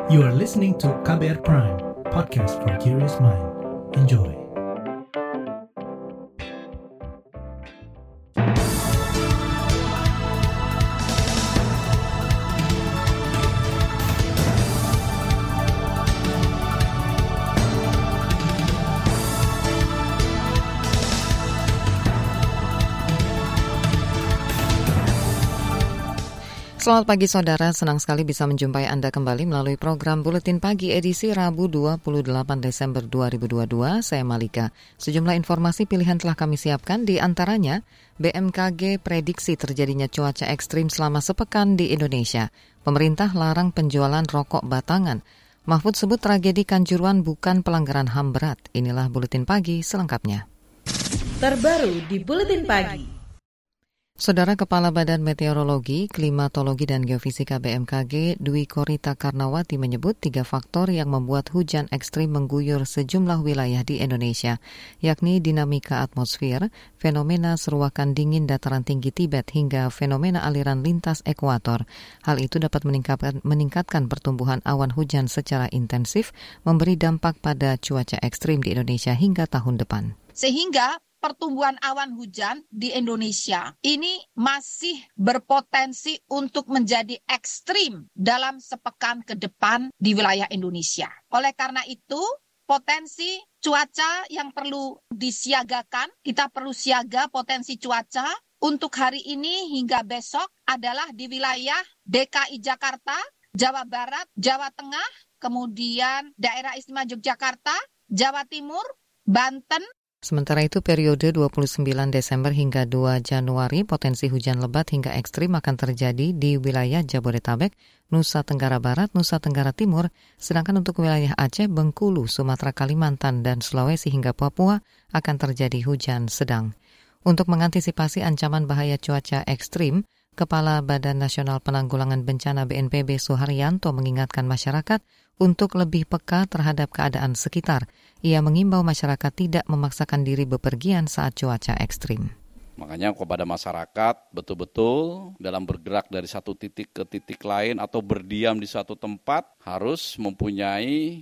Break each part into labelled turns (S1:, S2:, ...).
S1: You are listening to KBR Prime, podcast for curious mind. Enjoy.
S2: Selamat pagi saudara, senang sekali bisa menjumpai Anda kembali melalui program Buletin Pagi edisi Rabu 28 Desember 2022. Saya Malika. Sejumlah informasi pilihan telah kami siapkan, di antaranya BMKG prediksi terjadinya cuaca ekstrim selama sepekan di Indonesia. Pemerintah larang penjualan rokok batangan. Mahfud sebut tragedi Kanjuruhan bukan pelanggaran HAM berat. Inilah Buletin Pagi selengkapnya.
S3: Terbaru di Buletin Pagi.
S2: Saudara Kepala Badan Meteorologi, Klimatologi dan Geofisika BMKG, Dwi Korita Karnawati menyebut 3 faktor yang membuat hujan ekstrim mengguyur sejumlah wilayah di Indonesia, yakni dinamika atmosfer, fenomena seruakan dingin dataran tinggi Tibet hingga fenomena aliran lintas ekuator. Hal itu dapat meningkatkan pertumbuhan awan hujan secara intensif, memberi dampak pada cuaca ekstrim di Indonesia hingga tahun depan.
S4: Sehingga pertumbuhan awan hujan di Indonesia ini masih berpotensi untuk menjadi ekstrim dalam sepekan ke depan di wilayah Indonesia. Oleh karena itu, potensi cuaca yang perlu disiagakan, kita perlu siaga potensi cuaca untuk hari ini hingga besok adalah di wilayah DKI Jakarta, Jawa Barat, Jawa Tengah, kemudian daerah istimewa Yogyakarta, Jawa Timur, Banten.
S2: Sementara itu periode 29 Desember hingga 2 Januari potensi hujan lebat hingga ekstrim akan terjadi di wilayah Jabodetabek, Nusa Tenggara Barat, Nusa Tenggara Timur, sedangkan untuk wilayah Aceh, Bengkulu, Sumatera, Kalimantan, dan Sulawesi hingga Papua akan terjadi hujan sedang. Untuk mengantisipasi ancaman bahaya cuaca ekstrim, Kepala Badan Nasional Penanggulangan Bencana BNPB Suharyanto mengingatkan masyarakat untuk lebih peka terhadap keadaan sekitar. Ia mengimbau masyarakat tidak memaksakan diri bepergian saat cuaca ekstrim.
S5: Makanya kepada masyarakat betul-betul dalam bergerak dari satu titik ke titik lain atau berdiam di suatu tempat harus mempunyai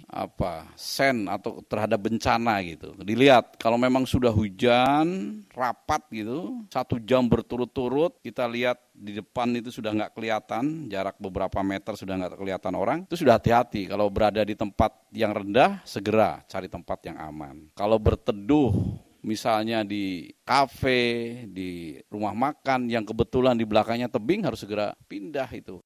S5: sen atau terhadap bencana gitu. Dilihat kalau memang sudah hujan rapat gitu 1 jam berturut-turut, kita lihat di depan itu sudah nggak kelihatan, jarak beberapa meter sudah nggak kelihatan orang, itu sudah hati-hati. Kalau berada di tempat yang rendah, segera cari tempat yang aman. Kalau berteduh, misalnya di kafe, di rumah makan yang kebetulan di belakangnya tebing, harus segera pindah itu.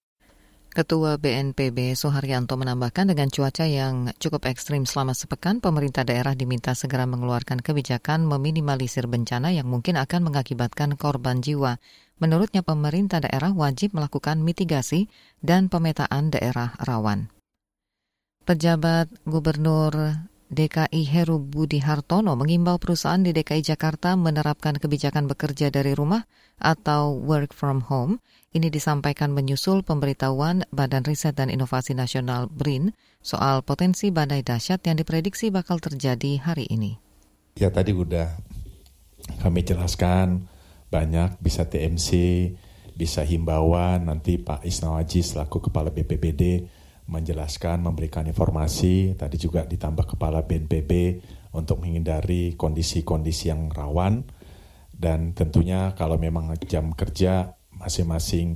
S2: Ketua BNPB Suharyanto menambahkan dengan cuaca yang cukup ekstrim selama sepekan, pemerintah daerah diminta segera mengeluarkan kebijakan meminimalisir bencana yang mungkin akan mengakibatkan korban jiwa. Menurutnya pemerintah daerah wajib melakukan mitigasi dan pemetaan daerah rawan. Pejabat Gubernur DKI Heru Budi Hartono mengimbau perusahaan di DKI Jakarta menerapkan kebijakan bekerja dari rumah atau work from home. Ini disampaikan menyusul pemberitahuan Badan Riset dan Inovasi Nasional BRIN soal potensi badai dahsyat yang diprediksi bakal terjadi hari ini.
S6: Ya tadi udah kami jelaskan, banyak bisa TMC, bisa himbauan, nanti Pak Isnawaji selaku Kepala BPBD menjelaskan, memberikan informasi, tadi juga ditambah Kepala BNPB untuk menghindari kondisi-kondisi yang rawan, dan tentunya kalau memang jam kerja masing-masing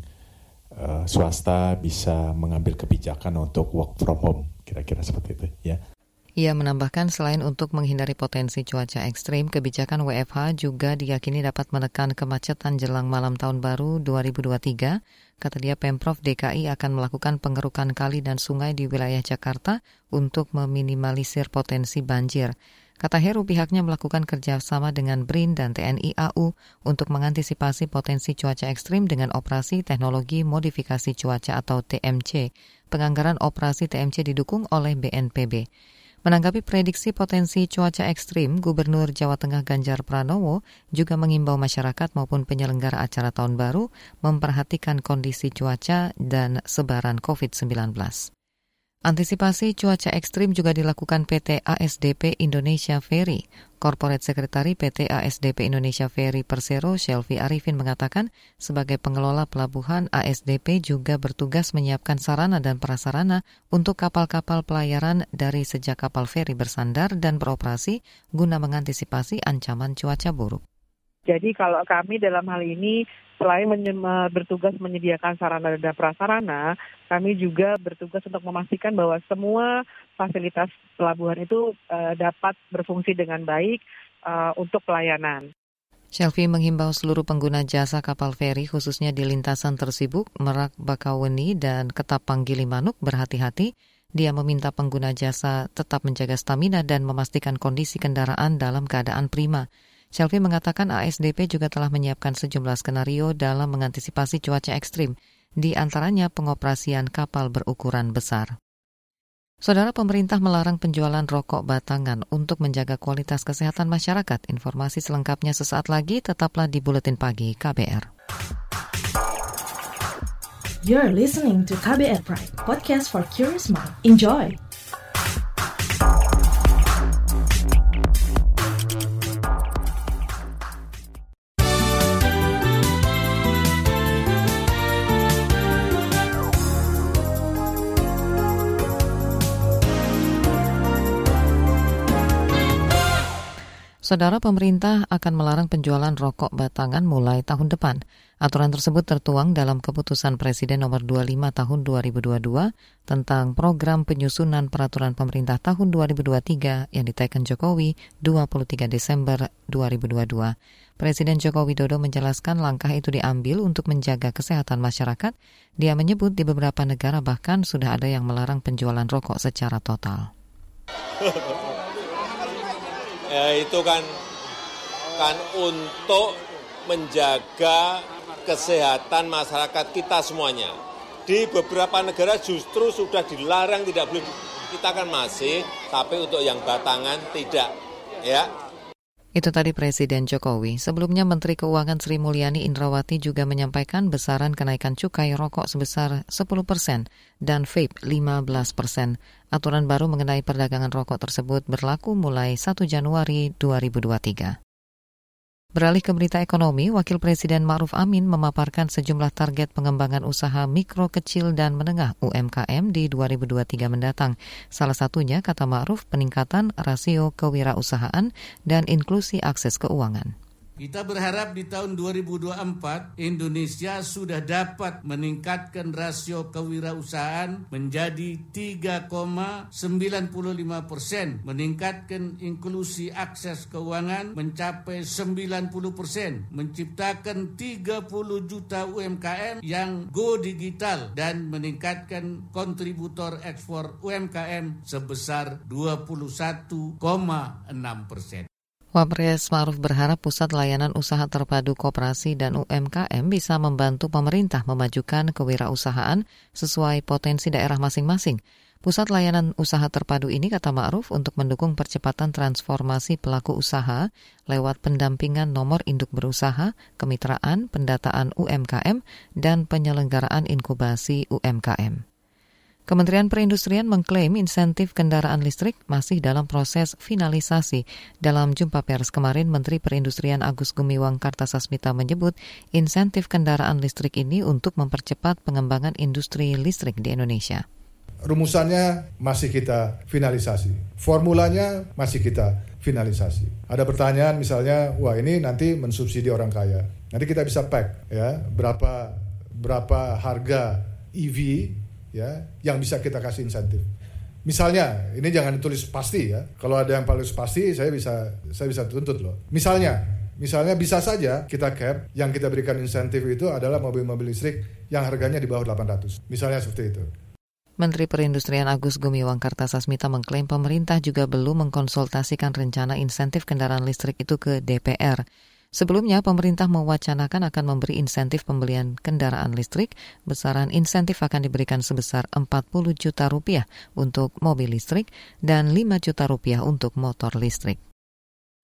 S6: swasta bisa mengambil kebijakan untuk work from home, kira-kira seperti itu ya.
S2: Ia menambahkan selain untuk menghindari potensi cuaca ekstrim, kebijakan WFH juga diyakini dapat menekan kemacetan jelang malam tahun baru 2023. Kata dia, Pemprov DKI akan melakukan pengerukan kali dan sungai di wilayah Jakarta untuk meminimalisir potensi banjir. Kata Heru, pihaknya melakukan kerjasama dengan BRIN dan TNI AU untuk mengantisipasi potensi cuaca ekstrim dengan operasi teknologi modifikasi cuaca atau TMC. Penganggaran operasi TMC didukung oleh BNPB. Menanggapi prediksi potensi cuaca ekstrim, Gubernur Jawa Tengah Ganjar Pranowo juga mengimbau masyarakat maupun penyelenggara acara tahun baru memperhatikan kondisi cuaca dan sebaran COVID-19. Antisipasi cuaca ekstrim juga dilakukan PT ASDP Indonesia Ferry. Corporate Secretary PT ASDP Indonesia Ferry Persero, Shelfie Arifin mengatakan, sebagai pengelola pelabuhan, ASDP juga bertugas menyiapkan sarana dan prasarana untuk kapal-kapal pelayaran dari sejak kapal feri bersandar dan beroperasi guna mengantisipasi ancaman cuaca buruk.
S7: Jadi kalau kami dalam hal ini selain bertugas menyediakan sarana dan prasarana, kami juga bertugas untuk memastikan bahwa semua fasilitas pelabuhan itu dapat berfungsi dengan baik untuk pelayanan.
S2: Shelfie menghimbau seluruh pengguna jasa kapal feri khususnya di lintasan tersibuk, Merak, Bakauheni, dan Ketapang Gilimanuk berhati-hati. Dia meminta pengguna jasa tetap menjaga stamina dan memastikan kondisi kendaraan dalam keadaan prima. Shelfie mengatakan ASDP juga telah menyiapkan sejumlah skenario dalam mengantisipasi cuaca ekstrim, di antaranya pengoperasian kapal berukuran besar. Saudara, pemerintah melarang penjualan rokok batangan untuk menjaga kualitas kesehatan masyarakat. Informasi selengkapnya sesaat lagi, tetaplah di Buletin Pagi KBR.
S3: You're listening to KBR Pride, podcast for curious mind. Enjoy!
S2: Saudara, pemerintah akan melarang penjualan rokok batangan mulai tahun depan. Aturan tersebut tertuang dalam keputusan Presiden nomor 25 tahun 2022 tentang program penyusunan peraturan pemerintah tahun 2023 yang diteken Jokowi 23 Desember 2022. Presiden Joko Widodo menjelaskan langkah itu diambil untuk menjaga kesehatan masyarakat. Dia menyebut di beberapa negara bahkan sudah ada yang melarang penjualan rokok secara total.
S8: Ya, itu kan untuk menjaga kesehatan masyarakat kita semuanya. Di beberapa negara justru sudah dilarang, tidak boleh. Kita kan masih, tapi untuk yang batangan tidak. Ya.
S2: Itu tadi Presiden Jokowi. Sebelumnya Menteri Keuangan Sri Mulyani Indrawati juga menyampaikan besaran kenaikan cukai rokok sebesar 10% dan vape 15%. Aturan baru mengenai perdagangan rokok tersebut berlaku mulai 1 Januari 2023. Beralih ke berita ekonomi, Wakil Presiden Ma'ruf Amin memaparkan sejumlah target pengembangan usaha mikro, kecil, dan menengah UMKM di 2023 mendatang. Salah satunya, kata Ma'ruf, peningkatan rasio kewirausahaan dan inklusi akses keuangan.
S9: Kita berharap di tahun 2024 Indonesia sudah dapat meningkatkan rasio kewirausahaan menjadi 3,95%, meningkatkan inklusi akses keuangan mencapai 90%, menciptakan 30 juta UMKM yang go digital dan meningkatkan kontributor ekspor UMKM sebesar 21,6%.
S2: Wapres Ma'ruf berharap Pusat Layanan Usaha Terpadu Koperasi dan UMKM bisa membantu pemerintah memajukan kewirausahaan sesuai potensi daerah masing-masing. Pusat Layanan Usaha Terpadu ini, kata Ma'ruf, untuk mendukung percepatan transformasi pelaku usaha lewat pendampingan nomor induk berusaha, kemitraan, pendataan UMKM, dan penyelenggaraan inkubasi UMKM. Kementerian Perindustrian mengklaim insentif kendaraan listrik masih dalam proses finalisasi. Dalam jumpa pers kemarin, Menteri Perindustrian Agus Gumiwang Kartasasmita menyebut insentif kendaraan listrik ini untuk mempercepat pengembangan industri listrik di Indonesia.
S10: Rumusannya masih kita finalisasi, formulanya masih kita finalisasi. Ada pertanyaan misalnya, wah ini nanti mensubsidi orang kaya. Nanti kita bisa pack ya berapa harga EV ya yang bisa kita kasih insentif. Misalnya, ini jangan ditulis pasti ya. Kalau ada yang paling pasti saya bisa tuntut loh. Misalnya bisa saja kita cap yang kita berikan insentif itu adalah mobil-mobil listrik yang harganya di bawah 800. Misalnya seperti itu.
S2: Menteri Perindustrian Agus Gumiwang Kartasasmita mengklaim pemerintah juga belum mengkonsultasikan rencana insentif kendaraan listrik itu ke DPR. Sebelumnya, pemerintah mewacanakan akan memberi insentif pembelian kendaraan listrik. Besaran insentif akan diberikan sebesar 40 juta rupiah untuk mobil listrik dan 5 juta rupiah untuk motor listrik.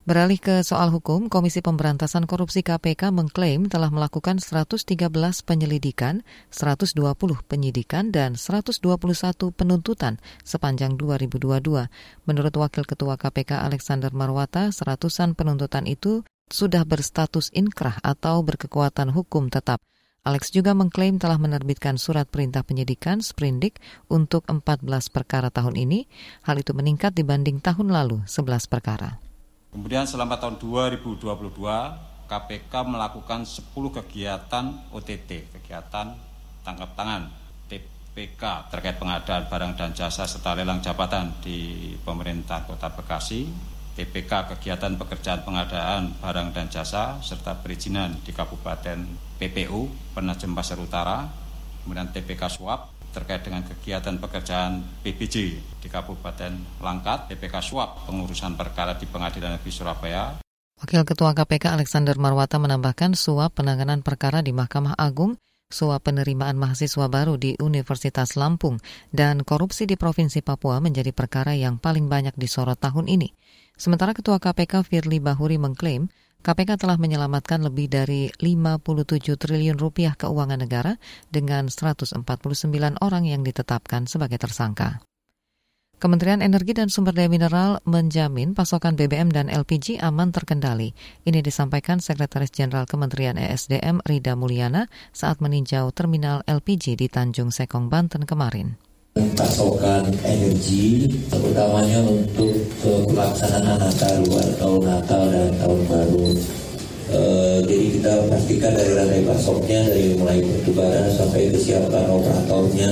S2: Beralih ke soal hukum, Komisi Pemberantasan Korupsi KPK mengklaim telah melakukan 113 penyelidikan, 120 penyidikan, dan 121 penuntutan sepanjang 2022. Menurut Wakil Ketua KPK Alexander Marwata, seratusan penuntutan itu sudah berstatus inkrah atau berkekuatan hukum tetap. Alex juga mengklaim telah menerbitkan surat perintah penyidikan Sprindik untuk 14 perkara tahun ini. Hal itu meningkat dibanding tahun lalu, 11 perkara.
S11: Kemudian selama tahun 2022, KPK melakukan 10 kegiatan OTT, kegiatan tangkap tangan, TPK terkait pengadaan barang dan jasa serta lelang jabatan di pemerintah Kota Bekasi, TPK kegiatan pekerjaan pengadaan barang dan jasa serta perizinan di Kabupaten PPU, Penajem Pasar Utara, kemudian TPK suap terkait dengan kegiatan pekerjaan PBJ di Kabupaten Langkat, TPK suap pengurusan perkara di Pengadilan Negeri Surabaya.
S2: Wakil Ketua KPK Alexander Marwata menambahkan suap penanganan perkara di Mahkamah Agung, suap penerimaan mahasiswa baru di Universitas Lampung, dan korupsi di Provinsi Papua menjadi perkara yang paling banyak disorot tahun ini. Sementara Ketua KPK Firly Bahuri mengklaim KPK telah menyelamatkan lebih dari 57 triliun rupiah keuangan negara dengan 149 orang yang ditetapkan sebagai tersangka. Kementerian Energi dan Sumber Daya Mineral menjamin pasokan BBM dan LPG aman terkendali. Ini disampaikan Sekretaris Jenderal Kementerian ESDM Rida Mulyana saat meninjau terminal LPG di Tanjung Sekong, Banten kemarin.
S12: Pasokan energi, terutamanya untuk pelaksanaan Nataru atau Natal dan Tahun Baru. Jadi kita pastikan dari rantai pasoknya, dari mulai pertukaran sampai kesiapan operatornya,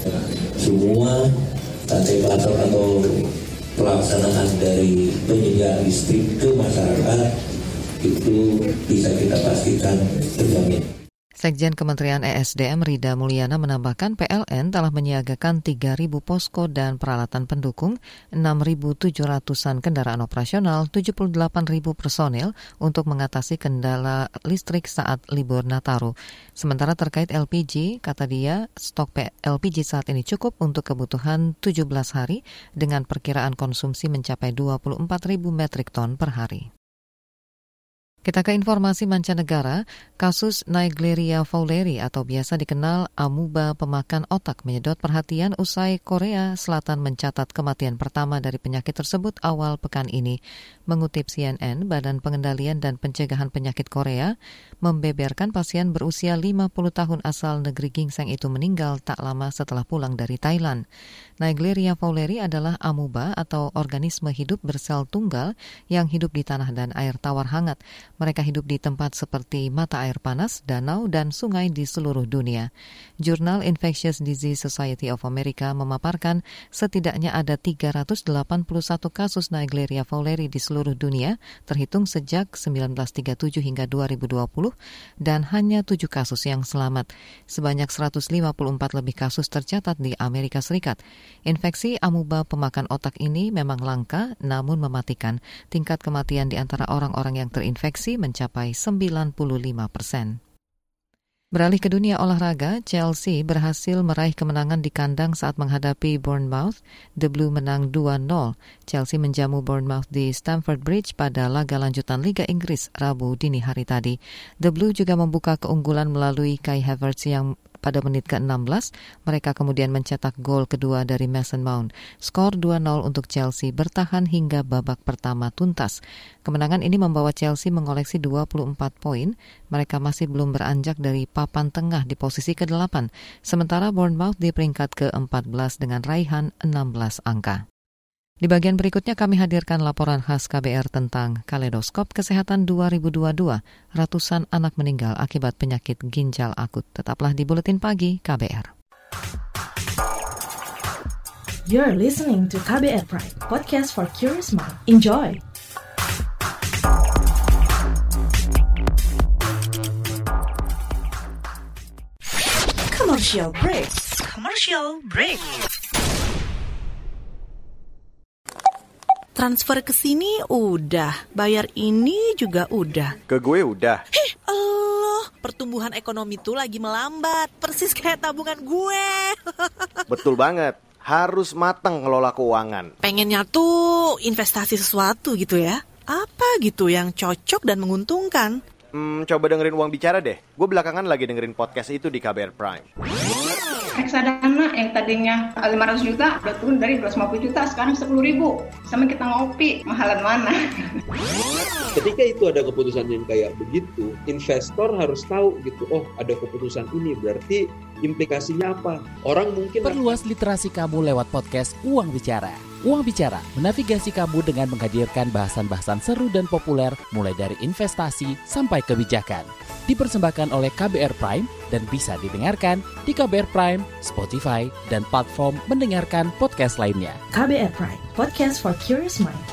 S12: semua rantai pasok atau pelaksanaan dari penyediaan listrik ke masyarakat itu bisa kita pastikan terjamin.
S2: Sekjen Kementerian ESDM Rida Mulyana menambahkan PLN telah menyiagakan 3.000 posko dan peralatan pendukung, 6.700-an kendaraan operasional, 78.000 personel untuk mengatasi kendala listrik saat libur Nataru. Sementara terkait LPG, kata dia, stok LPG saat ini cukup untuk kebutuhan 17 hari dengan perkiraan konsumsi mencapai 24.000 metrik ton per hari. Kita ke informasi mancanegara, kasus Naegleria fowleri atau biasa dikenal amuba pemakan otak menyedot perhatian usai Korea Selatan mencatat kematian pertama dari penyakit tersebut awal pekan ini. Mengutip CNN, Badan Pengendalian dan Pencegahan Penyakit Korea membeberkan pasien berusia 50 tahun asal negeri gingseng itu meninggal tak lama setelah pulang dari Thailand. Naegleria fowleri adalah amuba atau organisme hidup bersel tunggal yang hidup di tanah dan air tawar hangat. Mereka hidup di tempat seperti mata air panas, danau, dan sungai di seluruh dunia. Jurnal Infectious Disease Society of America memaparkan setidaknya ada 381 kasus Naegleria fowleri di seluruh dunia, terhitung sejak 1937 hingga 2020, dan hanya 7 kasus yang selamat. Sebanyak 154 lebih kasus tercatat di Amerika Serikat. Infeksi amuba pemakan otak ini memang langka, namun mematikan. Tingkat kematian di antara orang-orang yang terinfeksi mencapai 95%. Beralih ke dunia olahraga, Chelsea berhasil meraih kemenangan di kandang saat menghadapi Bournemouth. The Blue menang 2-0. Chelsea menjamu Bournemouth di Stamford Bridge pada laga lanjutan Liga Inggris Rabu dini hari tadi. The Blue juga membuka keunggulan melalui Kai Havertz yang pada menit ke-16, mereka kemudian mencetak gol kedua dari Mason Mount. Skor 2-0 untuk Chelsea bertahan hingga babak pertama tuntas. Kemenangan ini membawa Chelsea mengoleksi 24 poin. Mereka masih belum beranjak dari papan tengah di posisi ke-8. Sementara Bournemouth di peringkat ke-14 dengan raihan 16 angka. Di bagian berikutnya kami hadirkan laporan khas KBR tentang Kaleidoskop Kesehatan 2022. Ratusan anak meninggal akibat penyakit ginjal akut. Tetaplah di Buletin Pagi KBR.
S3: You're listening to KBR Pride, podcast for curious mind. Enjoy!
S13: Commercial break. Commercial break. Transfer ke sini udah, bayar ini juga udah.
S14: Ke gue udah.
S13: Allah, pertumbuhan ekonomi tuh lagi melambat, persis kayak tabungan gue.
S14: Betul banget, harus matang ngelola keuangan.
S13: Pengennya tuh investasi sesuatu gitu ya. Apa gitu yang cocok dan menguntungkan?
S14: Coba dengerin Uang Bicara deh. Gue belakangan lagi dengerin podcast itu di KBR Prime.
S15: Reksadana yang tadinya 500 juta udah turun dari 250 juta sekarang 10.000. Sama kita ngopi, mahalan mana?
S16: Ketika itu ada keputusan yang kayak begitu, investor harus tahu gitu, oh ada keputusan ini berarti implikasinya apa? Orang mungkin
S17: perluas literasi kamu lewat podcast Uang Bicara. Uang Bicara menavigasi kamu dengan menghadirkan bahasan-bahasan seru dan populer mulai dari investasi sampai kebijakan. Dipersembahkan oleh KBR Prime dan bisa didengarkan di KBR Prime, Spotify, dan platform mendengarkan podcast lainnya.
S3: KBR Prime, podcast for curious mind.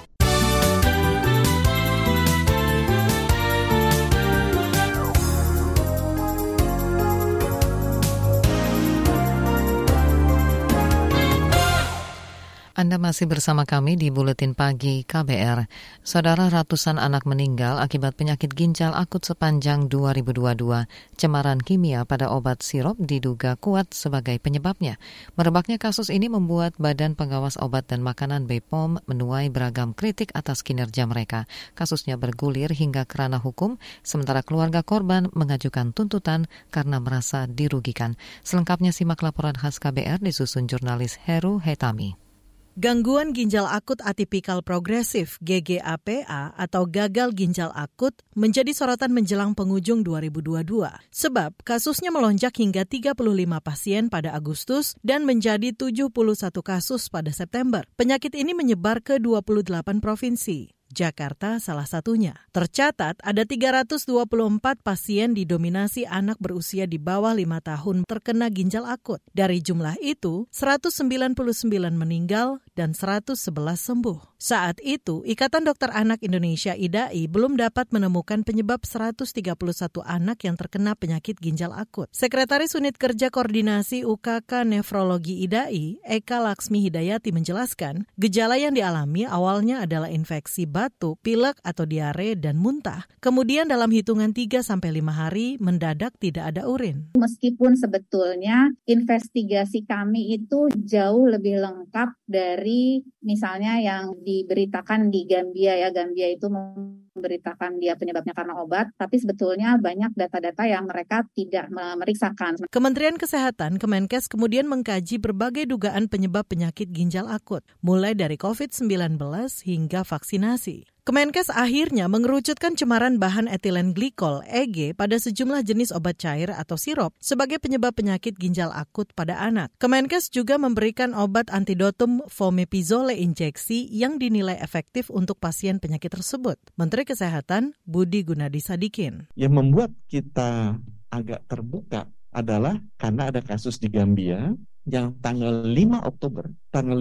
S2: Anda masih bersama kami di Buletin Pagi KBR. Saudara, ratusan anak meninggal akibat penyakit ginjal akut sepanjang 2022. Cemaran kimia pada obat sirup diduga kuat sebagai penyebabnya. Merebaknya kasus ini membuat Badan Pengawas Obat dan Makanan BPOM menuai beragam kritik atas kinerja mereka. Kasusnya bergulir hingga ke ranah hukum, sementara keluarga korban mengajukan tuntutan karena merasa dirugikan. Selengkapnya simak laporan khas KBR disusun jurnalis Heru Hetami.
S13: Gangguan ginjal akut atipikal progresif (GGAPA) atau gagal ginjal akut menjadi sorotan menjelang penghujung 2022. Sebab kasusnya melonjak hingga 35 pasien pada Agustus dan menjadi 71 kasus pada September. Penyakit ini menyebar ke 28 provinsi. Jakarta salah satunya. Tercatat ada 324 pasien didominasi anak berusia di bawah 5 tahun terkena ginjal akut. Dari jumlah itu, 199 meninggal dan 111 sembuh. Saat itu, Ikatan Dokter Anak Indonesia (IDAI) belum dapat menemukan penyebab 131 anak yang terkena penyakit ginjal akut. Sekretaris Unit Kerja Koordinasi UKK Nefrologi IDAI, Eka Laksmi Hidayati menjelaskan, gejala yang dialami awalnya adalah infeksi batuk, pilek atau diare dan muntah. Kemudian dalam hitungan 3-5 hari mendadak tidak ada urin.
S18: Meskipun sebetulnya investigasi kami itu jauh lebih lengkap dari misalnya yang diberitakan di Gambia ya. Gambia itu memberitakan dia penyebabnya karena obat, tapi sebetulnya banyak data-data yang mereka tidak memeriksakan.
S13: Kementerian Kesehatan Kemenkes kemudian mengkaji berbagai dugaan penyebab penyakit ginjal akut, mulai dari COVID-19 hingga vaksinasi. Kemenkes akhirnya mengerucutkan cemaran bahan etilen glikol (EG) pada sejumlah jenis obat cair atau sirup sebagai penyebab penyakit ginjal akut pada anak. Kemenkes juga memberikan obat antidotum fomepizole injeksi yang dinilai efektif untuk pasien penyakit tersebut. Menteri Kesehatan Budi Gunadi Sadikin.
S19: Yang membuat kita agak terbuka adalah karena ada kasus di Gambia yang tanggal 5 Oktober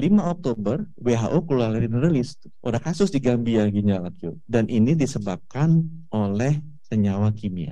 S19: WHO keluarin rilis ada kasus di Gambia ginjal akut dan ini disebabkan oleh senyawa kimia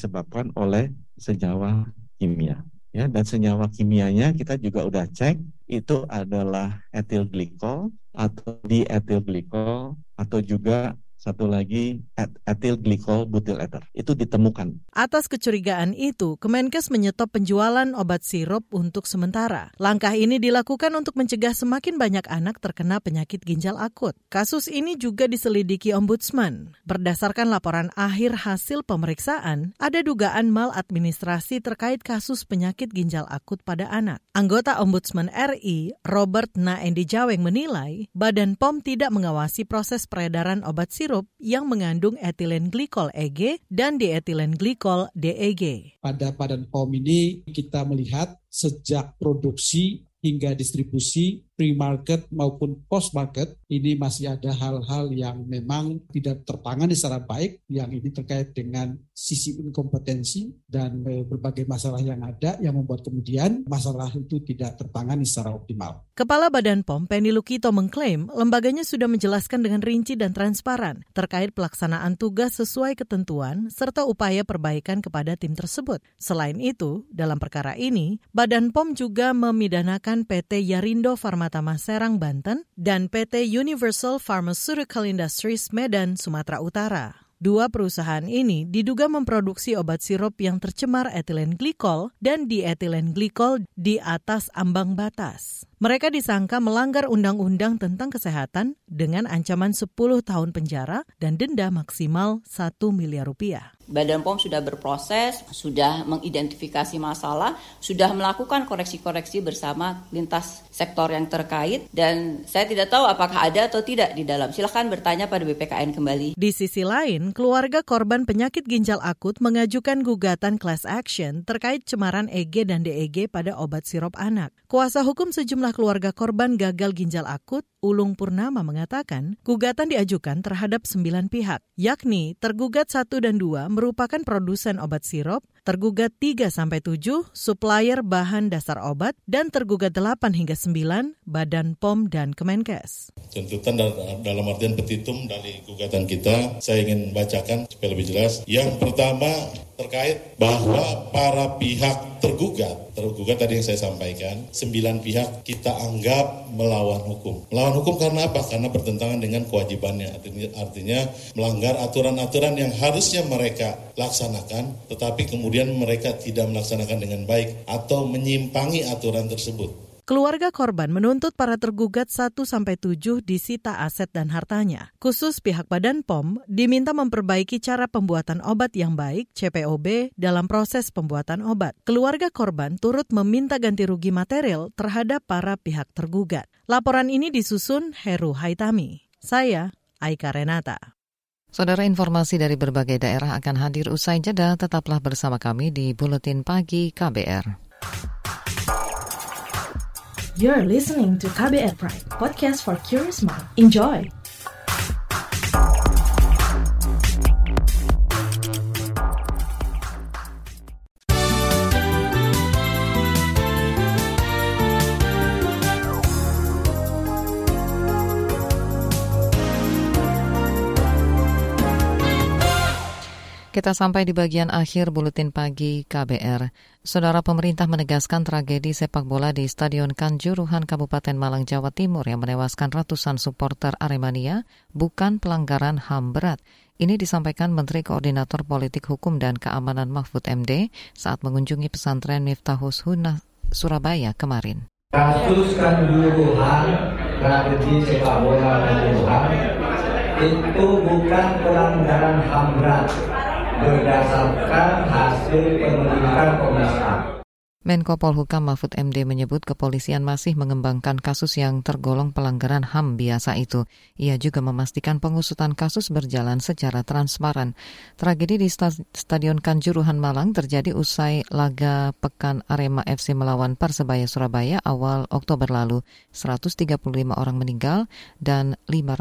S19: ya, dan senyawa kimianya kita juga udah cek itu adalah etil glikol atau dietil glikol atau juga satu lagi etil glikol butyl ether. Itu ditemukan.
S13: Atas kecurigaan itu, Kemenkes menyetop penjualan obat sirup untuk sementara. Langkah ini dilakukan untuk mencegah semakin banyak anak terkena penyakit ginjal akut. Kasus ini juga diselidiki Ombudsman. Berdasarkan laporan akhir hasil pemeriksaan, ada dugaan maladministrasi terkait kasus penyakit ginjal akut pada anak. Anggota Ombudsman RI, Robert Naendi Jaweng menilai, Badan POM tidak mengawasi proses peredaran obat sirup yang mengandung etilen glikol EG dan dietilen glikol DEG.
S20: Pada Badan POM ini kita melihat sejak produksi hingga distribusi pre-market maupun post-market, ini masih ada hal-hal yang memang tidak tertangani secara baik, yang ini terkait dengan sisi inkompetensi dan berbagai masalah yang ada yang membuat kemudian masalah itu tidak tertangani secara optimal.
S13: Kepala Badan POM, Penny Lukito, mengklaim lembaganya sudah menjelaskan dengan rinci dan transparan terkait pelaksanaan tugas sesuai ketentuan serta upaya perbaikan kepada tim tersebut. Selain itu, dalam perkara ini, Badan POM juga memidanakan PT Yarindo Farmatama Serang, Banten, dan PT Universal Pharmaceutical Industries Medan, Sumatera Utara. Dua perusahaan ini diduga memproduksi obat sirup yang tercemar etilen glikol dan dietilen glikol di atas ambang batas. Mereka disangka melanggar undang-undang tentang kesehatan dengan ancaman 10 tahun penjara dan denda maksimal 1 miliar rupiah.
S21: Badan POM sudah berproses, sudah mengidentifikasi masalah, sudah melakukan koreksi-koreksi bersama lintas sektor yang terkait, dan saya tidak tahu apakah ada atau tidak di dalam. Silakan bertanya pada BPKN kembali.
S13: Di sisi lain, keluarga korban penyakit ginjal akut mengajukan gugatan class action terkait cemaran EG dan DEG pada obat sirup anak. Kuasa hukum sejumlah keluarga korban gagal ginjal akut, Ulung Purnama mengatakan, gugatan diajukan terhadap 9 pihak, yakni tergugat 1 dan 2 merupakan produsen obat sirup, tergugat 3-7 supplier bahan dasar obat, dan tergugat 8 hingga 9 Badan POM dan Kemenkes.
S22: Tuntutan dalam artian petitum dari gugatan kita, saya ingin bacakan supaya lebih jelas. Yang pertama terkait bahwa para pihak tergugat tadi yang saya sampaikan, 9 pihak kita anggap melawan hukum. Melawan hukum karena apa? Karena bertentangan dengan kewajibannya. Artinya melanggar aturan-aturan yang harusnya mereka laksanakan, tetapi kemudian mereka tidak melaksanakan dengan baik atau menyimpangi aturan tersebut.
S13: Keluarga korban menuntut para tergugat 1-7 disita aset dan hartanya. Khusus pihak Badan POM diminta memperbaiki cara pembuatan obat yang baik, CPOB, dalam proses pembuatan obat. Keluarga korban turut meminta ganti rugi material terhadap para pihak tergugat. Laporan ini disusun Heru Haitami. Saya, Aika Renata.
S2: Saudara, informasi dari berbagai daerah akan hadir usai jeda. Tetaplah bersama kami di Buletin Pagi KBR.
S3: You're listening to KBR Prime, podcast for curious mind. Enjoy!
S2: Kita sampai di bagian akhir Buletin Pagi KBR. Saudara, pemerintah menegaskan tragedi sepak bola di Stadion Kanjuruhan Kabupaten Malang, Jawa Timur yang menewaskan ratusan supporter Aremania bukan pelanggaran HAM berat. Ini disampaikan Menteri Koordinator Politik Hukum dan Keamanan Mahfud MD saat mengunjungi pesantren Miftahus Huna, Surabaya kemarin.
S23: Kasus Kanjuruhan, tragedi sepak bola Kanjuruhan, itu bukan pelanggaran HAM berat berdasarkan hasil penyelidikan Komnas HAM.
S2: Menko Polhukam Mahfud MD menyebut kepolisian masih mengembangkan kasus yang tergolong pelanggaran HAM biasa itu. Ia juga memastikan pengusutan kasus berjalan secara transparan. Tragedi di Stadion Kanjuruhan Malang terjadi usai laga Pekan Arema FC melawan Persebaya Surabaya awal Oktober lalu. 135 orang meninggal dan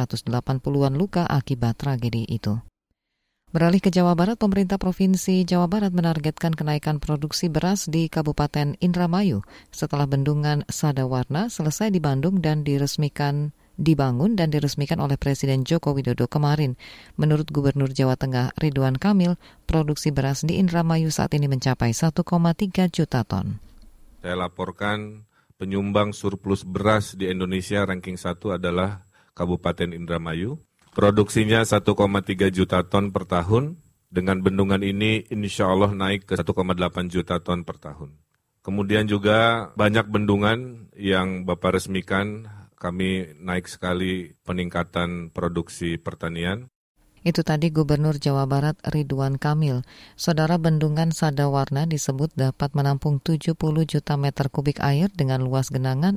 S2: 580-an luka akibat tragedi itu. Beralih ke Jawa Barat, pemerintah Provinsi Jawa Barat menargetkan kenaikan produksi beras di Kabupaten Indramayu setelah bendungan Sadawarna selesai dibangun dan diresmikan oleh Presiden Joko Widodo kemarin. Menurut Gubernur Jawa Tengah Ridwan Kamil, produksi beras di Indramayu saat ini mencapai 1,3 juta ton.
S24: Saya laporkan penyumbang surplus beras di Indonesia ranking 1 adalah Kabupaten Indramayu. Produksinya 1,3 juta ton per tahun, dengan bendungan ini insya Allah naik ke 1,8 juta ton per tahun. Kemudian juga banyak bendungan yang Bapak resmikan, kami naik sekali peningkatan produksi pertanian.
S2: Itu tadi Gubernur Jawa Barat Ridwan Kamil. Saudara, bendungan Sadawarna disebut dapat menampung 70 juta meter kubik air dengan luas genangan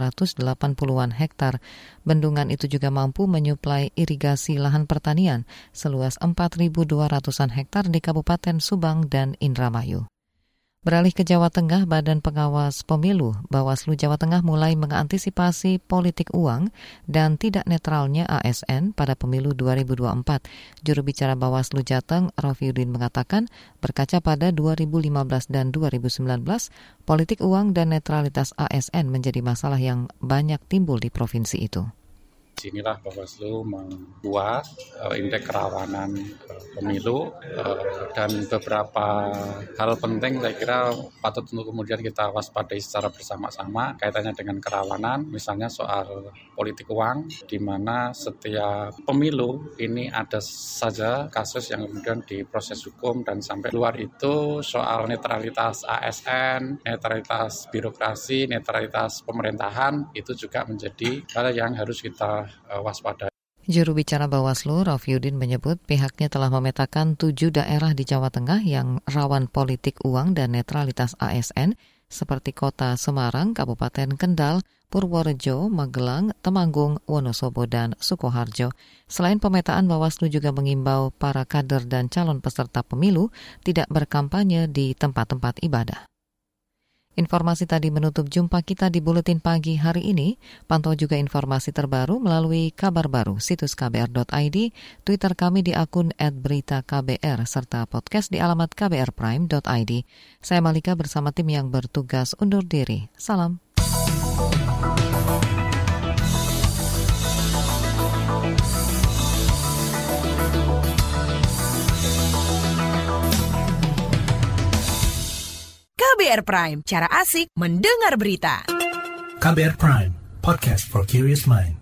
S2: 680-an hektar. Bendungan itu juga mampu menyuplai irigasi lahan pertanian seluas 4.200-an hektar di Kabupaten Subang dan Indramayu. Beralih ke Jawa Tengah, Badan Pengawas Pemilu Bawaslu Jawa Tengah mulai mengantisipasi politik uang dan tidak netralnya ASN pada pemilu 2024. Juru bicara Bawaslu Jateng, Rafiuddin, mengatakan berkaca pada 2015 dan 2019, politik uang dan netralitas ASN menjadi masalah yang banyak timbul di provinsi itu.
S1: Disinilah Bawaslu membuat indeks kerawanan pemilu dan beberapa hal penting saya kira patut untuk kemudian kita waspadai secara bersama-sama kaitannya dengan kerawanan, misalnya soal politik uang, di mana setiap pemilu ini ada saja kasus yang kemudian diproses hukum dan sampai luar itu soal netralitas ASN, netralitas birokrasi, netralitas pemerintahan itu juga menjadi hal yang harus kita waspadai.
S2: Juru bicara Bawaslu, Raffiuddin, menyebut pihaknya telah memetakan 7 daerah di Jawa Tengah yang rawan politik uang dan netralitas ASN, seperti Kota Semarang, Kabupaten Kendal, Purworejo, Magelang, Temanggung, Wonosobo, dan Sukoharjo. Selain pemetaan, Bawaslu juga mengimbau para kader dan calon peserta pemilu tidak berkampanye di tempat-tempat ibadah. Informasi tadi menutup jumpa kita di Buletin Pagi hari ini. Pantau juga informasi terbaru melalui kabar baru situs kbr.id, Twitter kami di akun @beritaKBR, serta podcast di alamat kbrprime.id. Saya Malika bersama tim yang bertugas undur diri. Salam.
S4: KBR Prime, cara asik mendengar berita.
S5: KBR Prime, podcast for curious mind.